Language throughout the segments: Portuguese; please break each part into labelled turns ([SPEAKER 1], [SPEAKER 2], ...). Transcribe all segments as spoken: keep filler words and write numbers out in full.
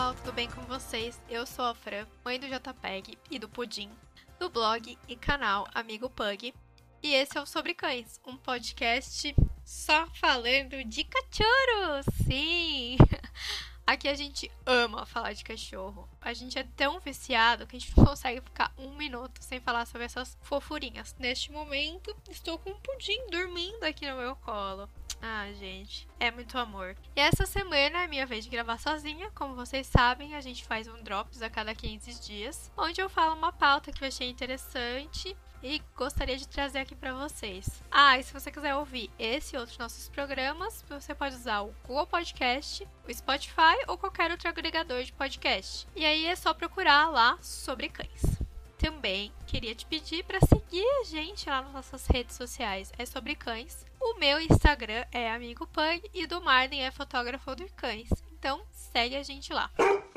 [SPEAKER 1] pessoal, tudo bem com vocês? Eu sou a Fran, mãe do JPEG e do Pudim, do blog e canal Amigo Pug. E esse é o Sobre Cães, um podcast só falando de cachorros! Sim! Aqui a gente ama falar de cachorro. A gente é tão viciado que a gente não consegue ficar um minuto sem falar sobre essas fofurinhas. Neste momento, estou com um pudim dormindo aqui no meu colo. Ah, gente, é muito amor. E essa semana é minha vez de gravar sozinha. Como vocês sabem, a gente faz um Drops a cada quinze dias, onde eu falo uma pauta que eu achei interessante e gostaria de trazer aqui pra vocês. Ah, e se você quiser ouvir esse e outros nossos programas, você pode usar o Google Podcast, o Spotify ou qualquer outro agregador de podcast. E aí é só procurar lá Sobre Cães. Também queria te pedir para seguir a gente lá nas nossas redes sociais, é Sobre Cães. O meu Instagram é Amigo Pug e do Marden é Fotógrafo de Cães. Então segue a gente lá.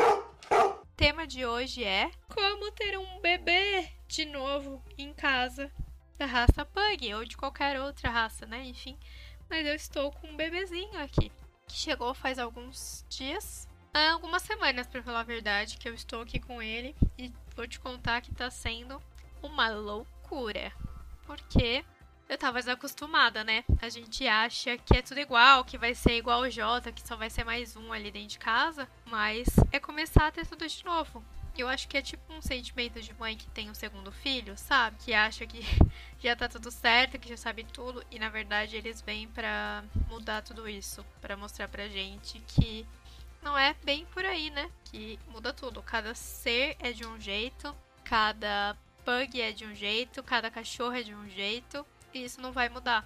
[SPEAKER 1] O tema de hoje é como ter um bebê de novo em casa da raça Pug ou de qualquer outra raça, né? Enfim, mas eu estou com um bebezinho aqui que chegou faz alguns dias. Há algumas semanas, pra falar a verdade, que eu estou aqui com ele e vou te contar que tá sendo uma loucura. Porque eu tava desacostumada, né? A gente acha que é tudo igual, que vai ser igual o Jota, que só vai ser mais um ali dentro de casa. Mas é começar a ter tudo de novo. Eu acho que é tipo um sentimento de mãe que tem um segundo filho, sabe? Que acha que já tá tudo certo, que já sabe tudo. E na verdade eles vêm pra mudar tudo isso. Pra mostrar pra gente que não é bem por aí, né? Que muda tudo. Cada ser é de um jeito, cada pug é de um jeito, cada cachorro é de um jeito, e isso não vai mudar.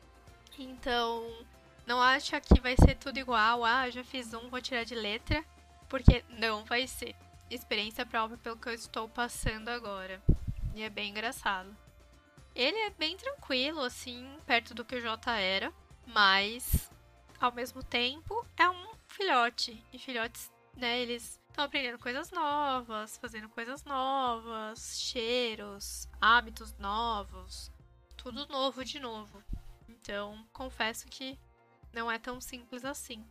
[SPEAKER 1] Então, não acha que vai ser tudo igual. Ah, eu já fiz um, vou tirar de letra, porque não vai ser. Experiência própria pelo que eu estou passando agora. E é bem engraçado. Ele é bem tranquilo, assim, perto do que o Jota era, mas ao mesmo tempo é um filhote. E filhotes, né, eles estão aprendendo coisas novas, fazendo coisas novas, cheiros, hábitos novos, tudo novo de novo. Então, confesso que não é tão simples assim.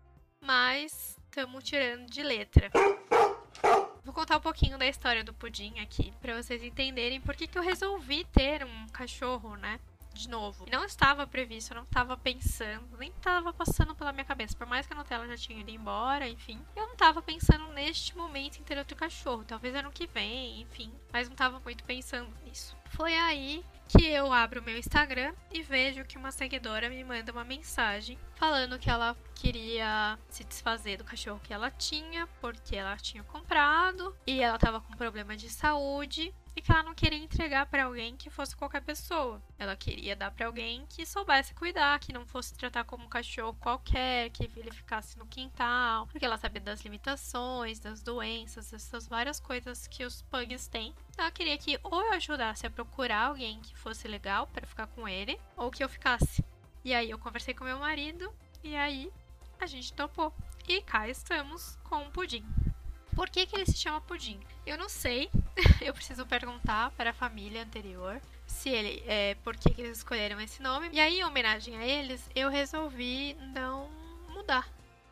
[SPEAKER 1] Mas estamos tirando de letra. Vou contar um pouquinho da história do Pudim aqui, pra vocês entenderem por que que eu resolvi ter um cachorro, né? De novo. E não estava previsto, eu não estava pensando, nem estava passando pela minha cabeça. Por mais que a Nutella já tinha ido embora, enfim. Eu não estava pensando neste momento em ter outro cachorro. Talvez ano que vem, enfim. Mas não estava muito pensando nisso. Foi aí que eu abro o meu Instagram e vejo que uma seguidora me manda uma mensagem falando que ela queria se desfazer do cachorro que ela tinha, porque ela tinha comprado e ela estava com problema de saúde. E que ela não queria entregar pra alguém que fosse qualquer pessoa. Ela queria dar pra alguém que soubesse cuidar, que não fosse tratar como um cachorro qualquer, que ele ficasse no quintal, porque ela sabia das limitações, das doenças, essas várias coisas que os pugs têm. Ela queria que ou eu ajudasse a procurar alguém que fosse legal pra ficar com ele, ou que eu ficasse. E aí eu conversei com meu marido, e aí a gente topou. E cá estamos com o Pudim. Por que que ele se chama Pudim? Eu não sei, eu preciso perguntar para a família anterior se ele é, por que que eles escolheram esse nome. E aí, em homenagem a eles, eu resolvi não mudar.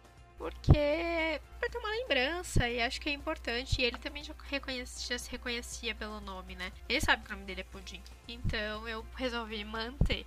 [SPEAKER 1] Porque para ter uma lembrança e acho que é importante. E ele também já, reconhece, já se reconhecia pelo nome, né? Ele sabe que o nome dele é Pudim. Então eu resolvi manter.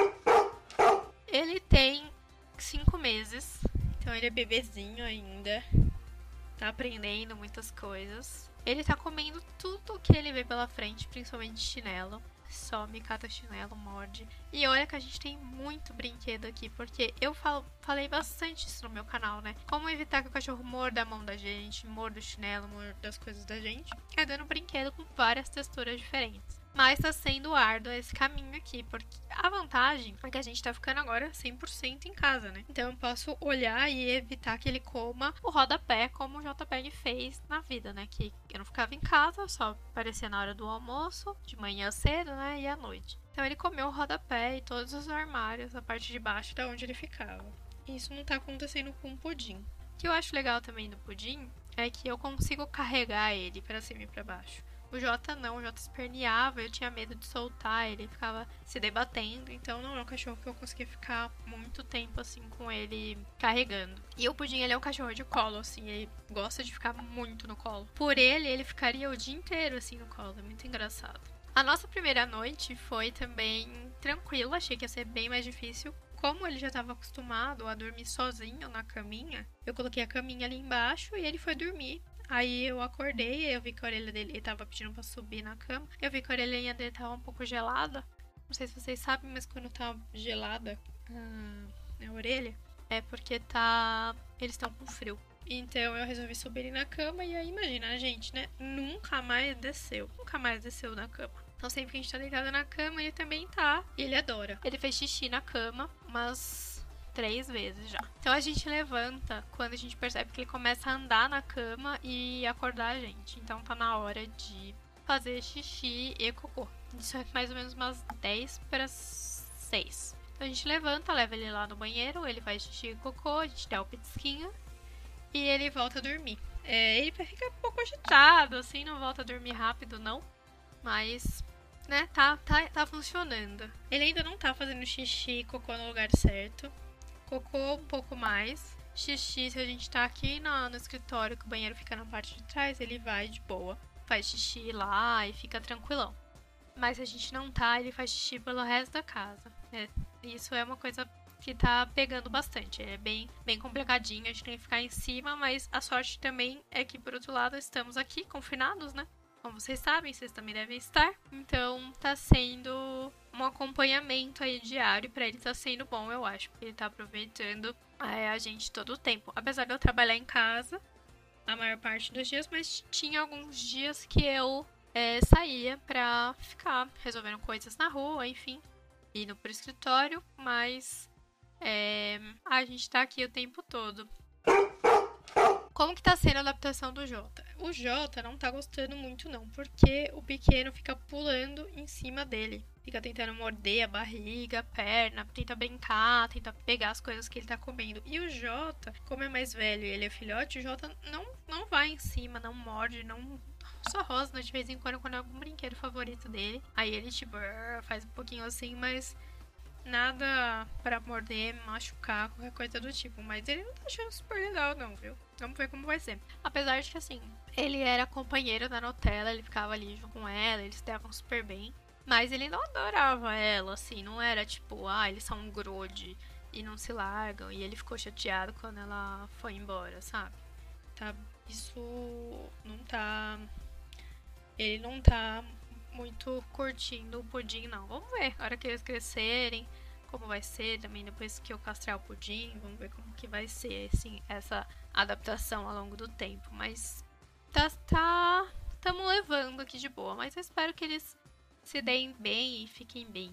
[SPEAKER 1] Ele tem cinco meses, então ele é bebezinho ainda. Tá aprendendo muitas coisas. Ele tá comendo tudo que ele vê pela frente, principalmente chinelo. Some, cata chinelo, morde. E olha que a gente tem muito brinquedo aqui, porque eu falo, falei bastante isso no meu canal, né? Como evitar que o cachorro morda a mão da gente, morda o chinelo, morda as coisas da gente. É dando brinquedo com várias texturas diferentes. Mas tá sendo árduo esse caminho aqui, porque a vantagem é que a gente tá ficando agora cem por cento em casa, né? Então eu posso olhar e evitar que ele coma o rodapé, como o JPEG fez na vida, né? Que eu não ficava em casa, só aparecia na hora do almoço, de manhã cedo, né? E à noite. Então ele comeu o rodapé e todos os armários, a parte de baixo da onde ele ficava. E isso não tá acontecendo com o Pudim. O que eu acho legal também do Pudim é que eu consigo carregar ele pra cima e pra baixo. O Jota não, o Jota esperneava, eu tinha medo de soltar, ele ficava se debatendo, então não é um cachorro que eu conseguia ficar muito tempo assim com ele carregando. E o Pudim, ele é um cachorro de colo, assim, ele gosta de ficar muito no colo. Por ele, ele ficaria o dia inteiro assim no colo, é muito engraçado. A nossa primeira noite foi também tranquila, achei que ia ser bem mais difícil. Como ele já estava acostumado a dormir sozinho na caminha, eu coloquei a caminha ali embaixo e ele foi dormir. Aí eu acordei, eu vi que a orelha dele, ele tava pedindo pra subir na cama. Eu vi que a orelhinha dele tava um pouco gelada. Não sei se vocês sabem, mas quando tá gelada a, a orelha, é porque tá eles estão com frio. Então eu resolvi subir ele na cama e aí imagina, a gente, né? Nunca mais desceu. Nunca mais desceu na cama. Então sempre que a gente tá deitado na cama, ele também tá. E ele adora. Ele fez xixi na cama, mas três vezes já. Então a gente levanta quando a gente percebe que ele começa a andar na cama e acordar a gente. Então tá na hora de fazer xixi e cocô. Isso é mais ou menos umas dez para seis. Então a gente levanta, leva ele lá no banheiro, ele faz xixi e cocô, a gente dá o petisquinho e ele volta a dormir. É, ele fica um pouco agitado, assim, não volta a dormir rápido não, mas né, tá, tá, tá funcionando. Ele ainda não tá fazendo xixi e cocô no lugar certo. Cocô um pouco mais. Xixi, se a gente tá aqui no, no escritório, que o banheiro fica na parte de trás, ele vai de boa. Faz xixi lá e fica tranquilão. Mas se a gente não tá, ele faz xixi pelo resto da casa. É, isso é uma coisa que tá pegando bastante. É bem, bem complicadinho, a gente tem que ficar em cima, mas a sorte também é que, por outro lado, estamos aqui confinados, né? Como vocês sabem, vocês também devem estar. Então tá sendo um acompanhamento aí diário. Pra ele tá sendo bom, eu acho. Porque ele tá aproveitando é, a gente todo o tempo. Apesar de eu trabalhar em casa a maior parte dos dias, mas tinha alguns dias que eu é, saía pra ficar resolvendo coisas na rua, enfim, indo pro escritório. Mas é, a gente tá aqui o tempo todo. Como que tá sendo a adaptação do Jota? O Jota não tá gostando muito não, porque o pequeno fica pulando em cima dele. Fica tentando morder a barriga, a perna, tenta brincar, tenta pegar as coisas que ele tá comendo. E o Jota, como é mais velho e ele é filhote, o Jota não, não vai em cima, não morde, não... Só rosna de vez em quando, quando é algum brinquedo favorito dele. Aí ele, tipo, faz um pouquinho assim, mas... nada pra morder, machucar, qualquer coisa do tipo. Mas ele não tá achando super legal não, viu? Vamos ver como vai ser. Apesar de que, assim, ele era companheiro da Nutella, ele ficava ali junto com ela, eles se davam super bem. Mas ele não adorava ela, assim, não era tipo, ah, eles são um grude e não se largam. E ele ficou chateado quando ela foi embora, sabe? Tá, isso não tá... Ele não tá muito curtindo o Pudim, não. Vamos ver, na hora que eles crescerem, como vai ser também depois que eu castrar o Pudim. Vamos ver como que vai ser, assim, essa adaptação ao longo do tempo. Mas tá, tá, estamos levando aqui de boa. Mas eu espero que eles se deem bem e fiquem bem.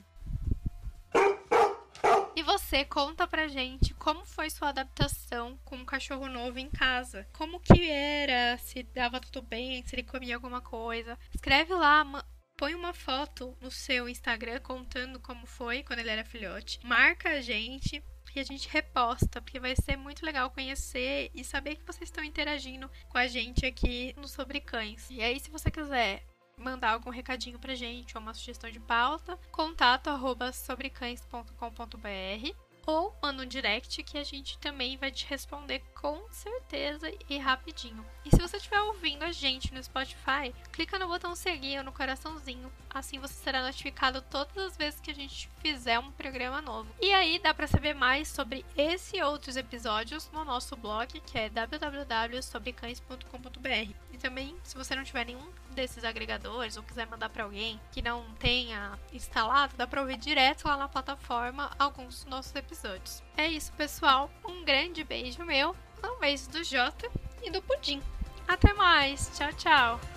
[SPEAKER 1] E você, conta pra gente como foi sua adaptação com um cachorro novo em casa. Como que era, se dava tudo bem, se ele comia alguma coisa. Escreve lá, põe uma foto no seu Instagram contando como foi quando ele era filhote. Marca a gente e a gente reposta, porque vai ser muito legal conhecer e saber que vocês estão interagindo com a gente aqui no Sobre Cães. E aí, se você quiser mandar algum recadinho pra gente ou uma sugestão de pauta, contato arroba sobrecães ponto com ponto br ou manda um direct que a gente também vai te responder com certeza e rapidinho. E se você estiver ouvindo a gente no Spotify, clica no botão seguir ou no coraçãozinho, assim você será notificado todas as vezes que a gente fizer um programa novo. E aí dá pra saber mais sobre esse e outros episódios no nosso blog, que é w w w ponto sobrecães ponto com ponto br. E também, se você não tiver nenhum desses agregadores ou quiser mandar pra alguém que não tenha instalado, dá pra ouvir direto lá na plataforma alguns dos nossos episódios. É isso, pessoal. Um grande beijo meu, um beijo do Jota e do Pudim. Até mais. Tchau, tchau.